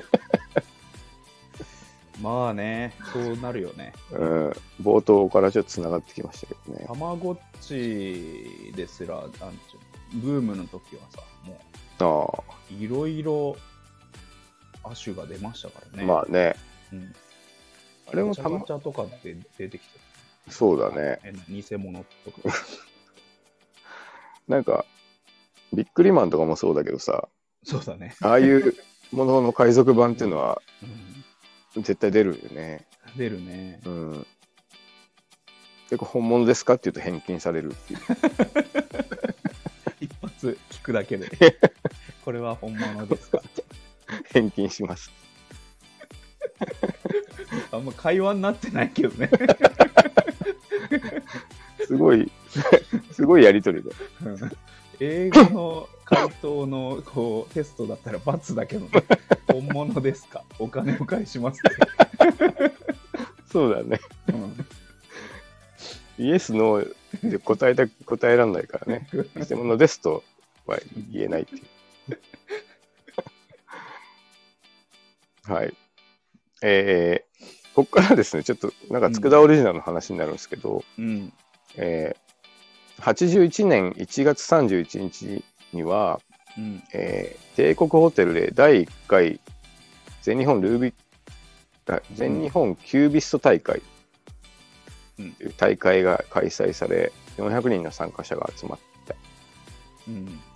Speaker 1: まあね、そうなるよね。
Speaker 2: 冒頭からちょっとつながってきましたけどね。
Speaker 1: たまごっちですらブームの時はさ、もういろいろ亜種が出ましたからね。
Speaker 2: まあね、
Speaker 1: あれもたまちゃとかって出てきて
Speaker 2: る。そうだね。
Speaker 1: 偽物とか。
Speaker 2: なんかビックリマンとかもそうだけどさ、
Speaker 1: そうだね。
Speaker 2: ああいうものの海賊版っていうのは、絶対出るよね。
Speaker 1: 出るね。
Speaker 2: 結構本物ですかって言うと返金されるっていう。
Speaker 1: 一発聞くだけでこれは本物ですかって
Speaker 2: 返金します。
Speaker 1: あんま会話になってないけどね。
Speaker 2: すごいやりとりで。
Speaker 1: 英語の回答のこうテストだったら×だけどね。本物ですか、お金を返しますって
Speaker 2: そうだね、イエスノーで答えらんないからね。偽物ですとは言えないっていうはい。ここからですね、ちょっとなんか佃オリジナルの話になるんですけど、81年1月31日には、帝国ホテルで第1回全日本キュービスト大会という大会が開催され、400人の参加者が集まって、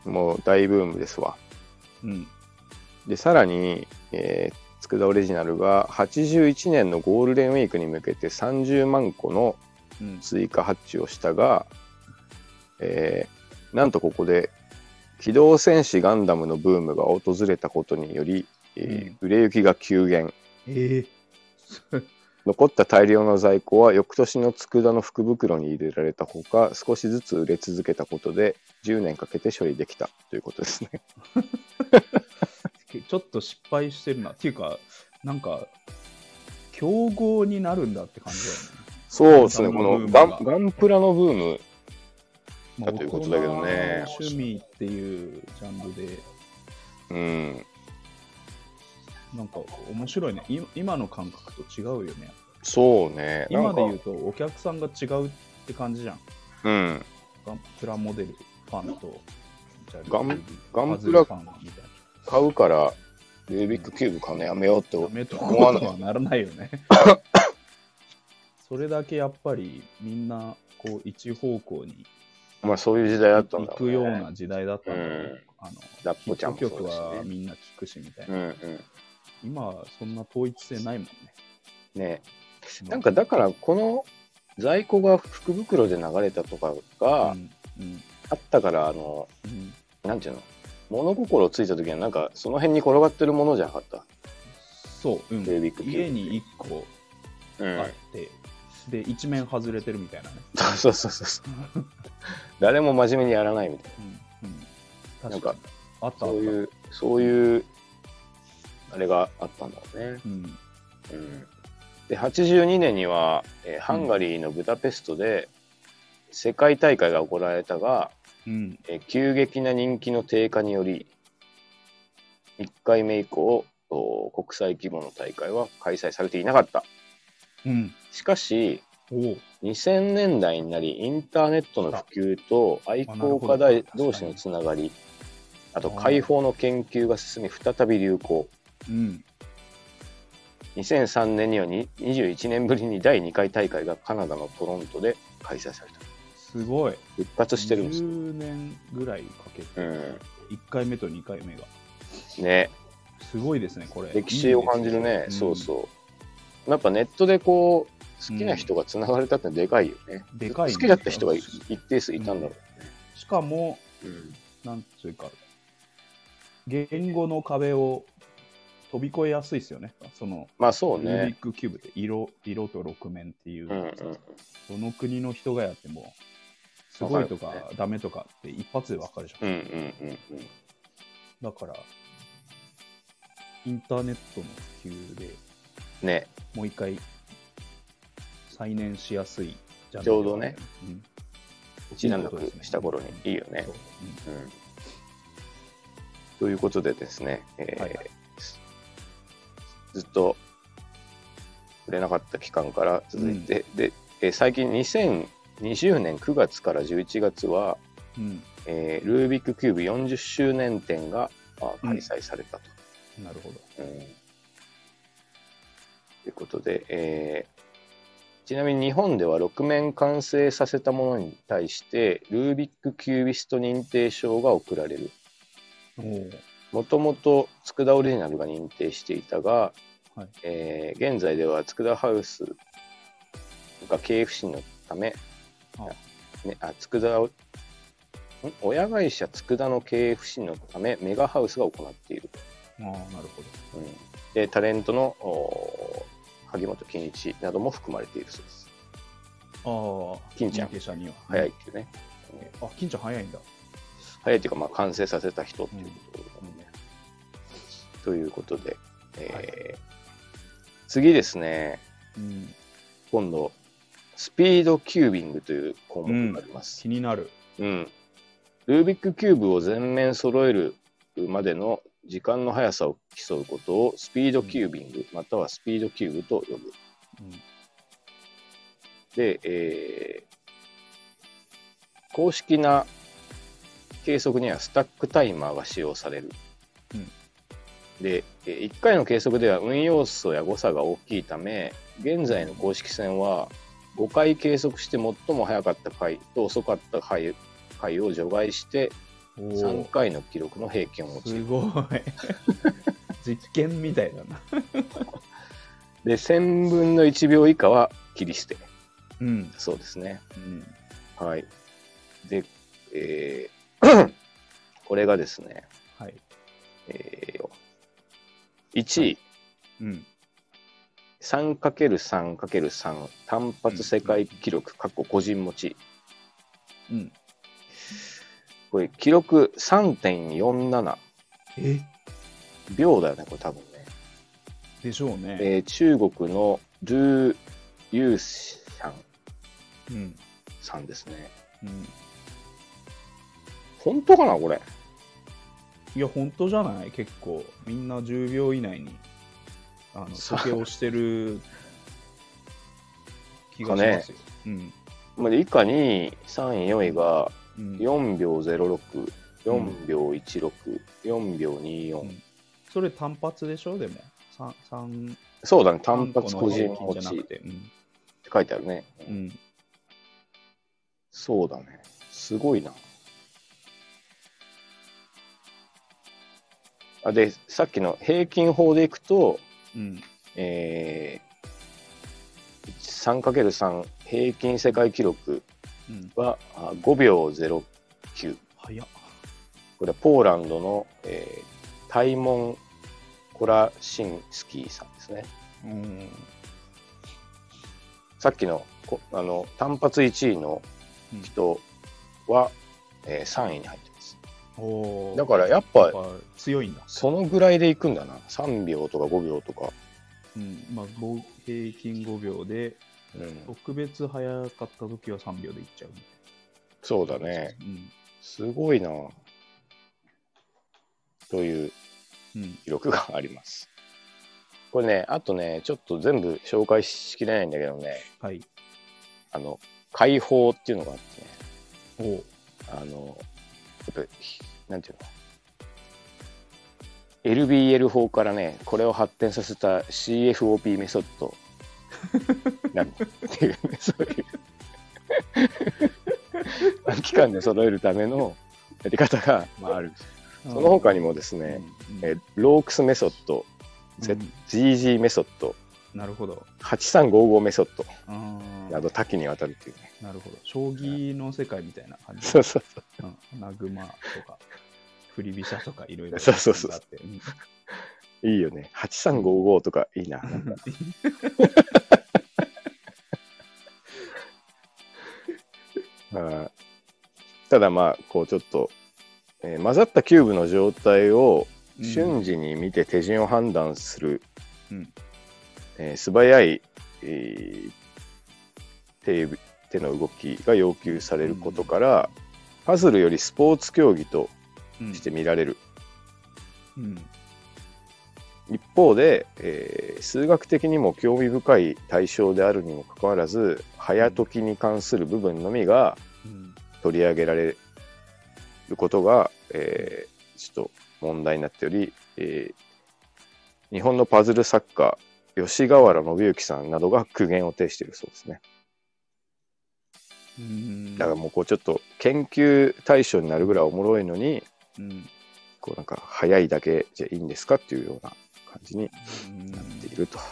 Speaker 2: もう大ブームですわ。でさらに、佃オリジナルが81年のゴールデンウィークに向けて30万個の追加発注をしたが、なんとここで機動戦士ガンダムのブームが訪れたことにより、売れ行きが急減、残った大量の在庫は翌年の佃の福袋に入れられたほか、少しずつ売れ続けたことで10年かけて処理できたということですね。
Speaker 1: ちょっと失敗してるなっていうか、なんか競合になるんだって感じだよね。
Speaker 2: そうですね、このガンプラのブームだということだけどね。
Speaker 1: 趣味っていうジャンルで、なんか面白いね。今の感覚と違うよね。
Speaker 2: そうね。
Speaker 1: 今で言うとお客さんが違うって感じじゃん。ガンプラモデルファンと
Speaker 2: ガンプラ買うからルービックキューブ買うのやめようって思
Speaker 1: わないならないよね。それだけやっぱりみんなこう一方向に
Speaker 2: そういう時代だったんだ
Speaker 1: 行くような時代だったんだろう。
Speaker 2: ラップちゃんもそうですね。
Speaker 1: 曲はみんな聴くしみたいな。今はそんな統一性ないもんね。
Speaker 2: ね、なんかだからこの在庫が福袋で流れたとかがあったから、なんていうの、物心ついた時はなんかその辺に転がってるものじゃなかった。
Speaker 1: そう、家に1個あって、で一面外れてるみたいなね。
Speaker 2: そう誰も真面目にやらないみたいな。なんかそういうあれがあったんだろうね。で82年には、ハンガリーのブダペストで世界大会が行われたが、急激な人気の低下により1回目以降国際規模の大会は開催されていなかった。しかし2000年代になりインターネットの普及と愛好家同士のつながり、あと解放の研究が進み再び流行。2003年には21年ぶりに第2回大会がカナダのトロントで開催された。
Speaker 1: すごい。
Speaker 2: 復活してるんですよ。
Speaker 1: 10年ぐらいかけて、1回目と2回目が。
Speaker 2: ね。
Speaker 1: すごいですね、これ。
Speaker 2: 歴史を感じるね。そうそう。やっぱネットでこう、好きな人がつながれたってでかいよね。
Speaker 1: でかい。
Speaker 2: 好きだった人が一定数いたんだろうね。
Speaker 1: しかも、なんていうか、言語の壁を飛び越えやすいですよね。
Speaker 2: まあそうね。
Speaker 1: ルービックキューブって色と六面っていう、どの国の人がやってもすごいとかダメとかって一発で分かるじゃん。だからインターネットの普及で、
Speaker 2: ね、
Speaker 1: もう一回再燃しやすい
Speaker 2: じゃん。ちょうどね、一段落した頃にいいよね。ということでですね、ずっと売れなかった期間から続いて、で最近2020年9月から11月は、ルービックキューブ40周年展が開催されたと。
Speaker 1: なるほど。
Speaker 2: ということで、ちなみに日本では6面完成させたものに対してルービックキュービスト認定証が贈られる。もともと佃オリジナルが認定していたが、現在では佃ハウスが経営不振のため、親会社佃の経営不振のためメガハウスが行っている。
Speaker 1: なるほど。
Speaker 2: でタレントの萩本欽一なども含まれているそうです。欽ちゃん早いっていうね。
Speaker 1: 欽ちゃん早いんだ。
Speaker 2: 早いっていうか、完成させた人っていうことだもんね。ということで、次ですね、今度スピードキュービングという項目があります。
Speaker 1: 気になる。
Speaker 2: ルービックキューブを全面揃えるまでの時間の速さを競うことをスピードキュービング、またはスピードキューブと呼ぶ。で、公式な計測にはスタックタイマーが使用される。で、1回の計測では運要素や誤差が大きいため、現在の公式戦は5回計測して最も速かった回と遅かった回を除外して3回の記録の平均を用いる。
Speaker 1: すごい実験みたいだな
Speaker 2: で1000分の1秒以下は切り捨て、そうですね、はい。で、これがですね、1位、3×3×3 単発世界記録過去個人持ち、これ記録 3.47 秒だよね、これ多分ね。
Speaker 1: でしょうね。
Speaker 2: 中国のルー・ユーシャンさんですね。本当かなこれ。
Speaker 1: いや本当じゃない。結構みんな10秒以内に時計をしてる気がしますよ。
Speaker 2: 以下に3位4位が4秒06、4秒16、4秒24。
Speaker 1: それ単発でしょ。でも3
Speaker 2: そうだね、単発個人持ちって書いてあるね。そうだね、すごいな。でさっきの平均法でいくと、3×3 平均世界記録は5秒09。
Speaker 1: 早っ。
Speaker 2: これはポーランドの、タイモン・コラシンスキーさんですね。さっきの単発1位の人は、3位に入ってます。 だからやっぱ
Speaker 1: 強いんだ。
Speaker 2: そのぐらいでいくんだな。3秒とか5秒とか。
Speaker 1: まあ、平均5秒で、特別早かった時は3秒でいっちゃう。
Speaker 2: そうだね。すごいな。という記録があります。これね、あとね、ちょっと全部紹介しきれないんだけどね。
Speaker 1: はい。
Speaker 2: 解放っていうのがあってね。なんていうの ?LBL 法からね、これを発展させた CFOP メソッドなんていうね、そういう短期間で揃えるためのやり方が、ある。その他にもですね、ロークスメソッド、GG メソッド、
Speaker 1: なるほど。
Speaker 2: 8355メソッドなど多岐にわたるっていうね。
Speaker 1: なるほど。将棋の世界みたいな感じ。
Speaker 2: そうそうそう。
Speaker 1: 穴熊とか、振り飛車とかいろいろ。
Speaker 2: そうそうそう。いいよね。8355とかいいな。ただこうちょっと、混ざったキューブの状態を瞬時に見て手順を判断する、素早い、手の動きが要求されることから、パズルよりスポーツ競技として見られる。一方で、数学的にも興味深い対象であるにもかかわらず、早解きに関する部分のみが取り上げられることが、ちょっと問題になっており、日本のパズル作家吉川原信之さんなどが苦言を呈しているそうですね。だからもうこうちょっと研究対象になるぐらいおもろいのに、こうなんか早いだけじゃいいんですかっていうような感じになっていると。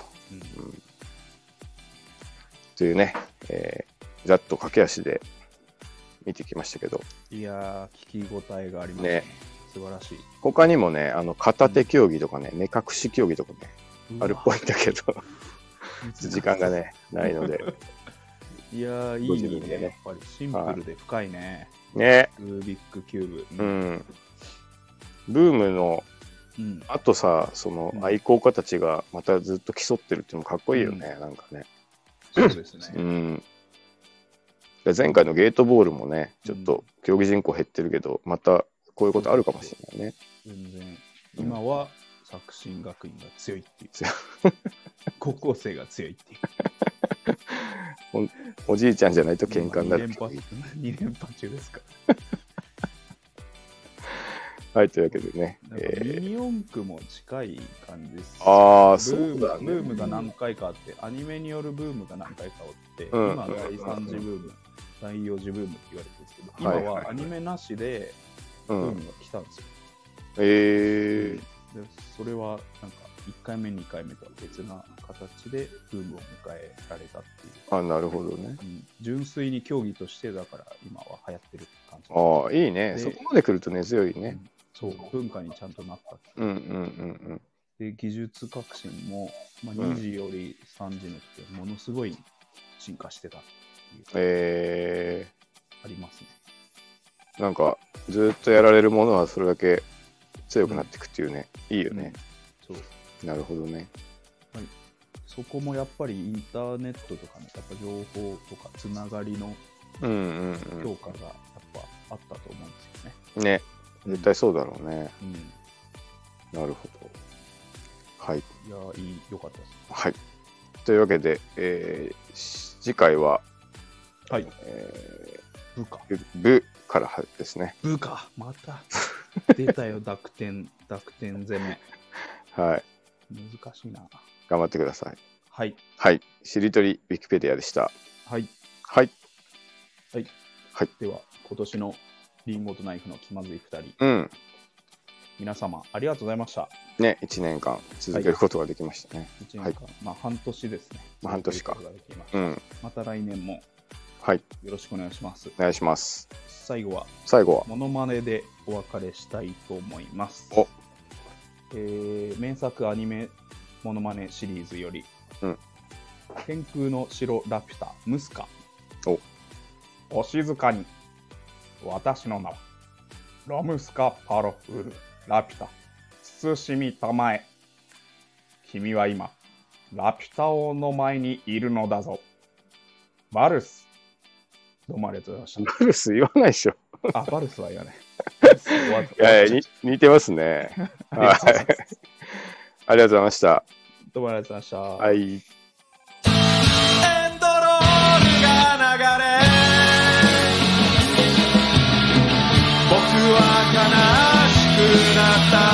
Speaker 2: というね、ざっと駆け足で見てきましたけど。
Speaker 1: いやー、聞き応えがありますね。素晴らしい。
Speaker 2: 他にもね、片手競技とかね、目隠し競技とかね、あるっぽいんだけど、時間がね、ないので。
Speaker 1: いやー、いいね。やっぱりシンプルで深いね。
Speaker 2: ね。
Speaker 1: ルービックキュー
Speaker 2: ブ。ブームの、あとさ、その愛好家たちがまたずっと競ってるっていうのもかっこいいよね、なんかね。
Speaker 1: そうですね。
Speaker 2: 前回のゲートボールもね、ちょっと競技人口減ってるけど、またこういうことあるかもしれないね。
Speaker 1: 全然。今は作新学院が強いっていう。高校生が強いっていう。
Speaker 2: おじいちゃんじゃないと喧嘩になる。
Speaker 1: 2連覇中ですか。
Speaker 2: はい、というわけでね。
Speaker 1: ミニ四駆も近い感じです。
Speaker 2: そうだね。
Speaker 1: ブームが何回かあって、アニメによるブームが何回かあって、今第3次ブーム、第4次ブームって言われてるんですけど、今はアニメなしでブームが来たんですよ。でそれはなんか1回目2回目とは別な形でブームを迎えられたっていう。
Speaker 2: なるほどね。
Speaker 1: 純粋に競技としてだから今は流行ってる感
Speaker 2: じ。いいね。そこまで来ると根強いね。
Speaker 1: そう、文化にちゃんとなった。で、技術革新も、2時より3時の時はものすごい進化してたっていう。ありますね。
Speaker 2: なんかずっとやられるものはそれだけ強くなっていくっていうね、いいよね。そうなるほどね。
Speaker 1: はい、そこもやっぱりインターネットとかね、やっぱ情報とかつながりの強化がやっぱあったと思うんですよね。
Speaker 2: ね、絶対そうだろうね。なるほど。はい。
Speaker 1: いや良かったです。
Speaker 2: はい。というわけで、次回は、
Speaker 1: はい。
Speaker 2: 部からですね。
Speaker 1: 部か、また出たよ、濁点攻め。
Speaker 2: はい。
Speaker 1: 難しいな。
Speaker 2: 頑張ってください。
Speaker 1: はい。
Speaker 2: はい。しりとりウィキペディアでした。
Speaker 1: はい。
Speaker 2: はい。
Speaker 1: はい。はい。では、今年のリンゴとナイフの気まずい2人。皆様、ありがとうございました。
Speaker 2: ね、1年間続けることができましたね。
Speaker 1: 1年間、半年ですね。
Speaker 2: 半年か。
Speaker 1: また来年も、
Speaker 2: はい。
Speaker 1: よろしくお願いします。
Speaker 2: お願いします。
Speaker 1: 最後は、モノマネでお別れしたいと思います。名作アニメモノマネシリーズより、天空の城ラピュタムスカ。お静かに、私の名は。 ラムスカ・パロフ・ラピュタ、慎みたまえ。君は今、ラピュタ王の前にいるのだぞ。バルス。どうもありがとうございました。
Speaker 2: バルス言わないでしょ。
Speaker 1: バルスは言わない。
Speaker 2: 似てますね。はい。ありがとうございました。
Speaker 1: どうもありがとうございました。
Speaker 2: はい。エン
Speaker 3: ドロールが流れ、僕は悲しくなった。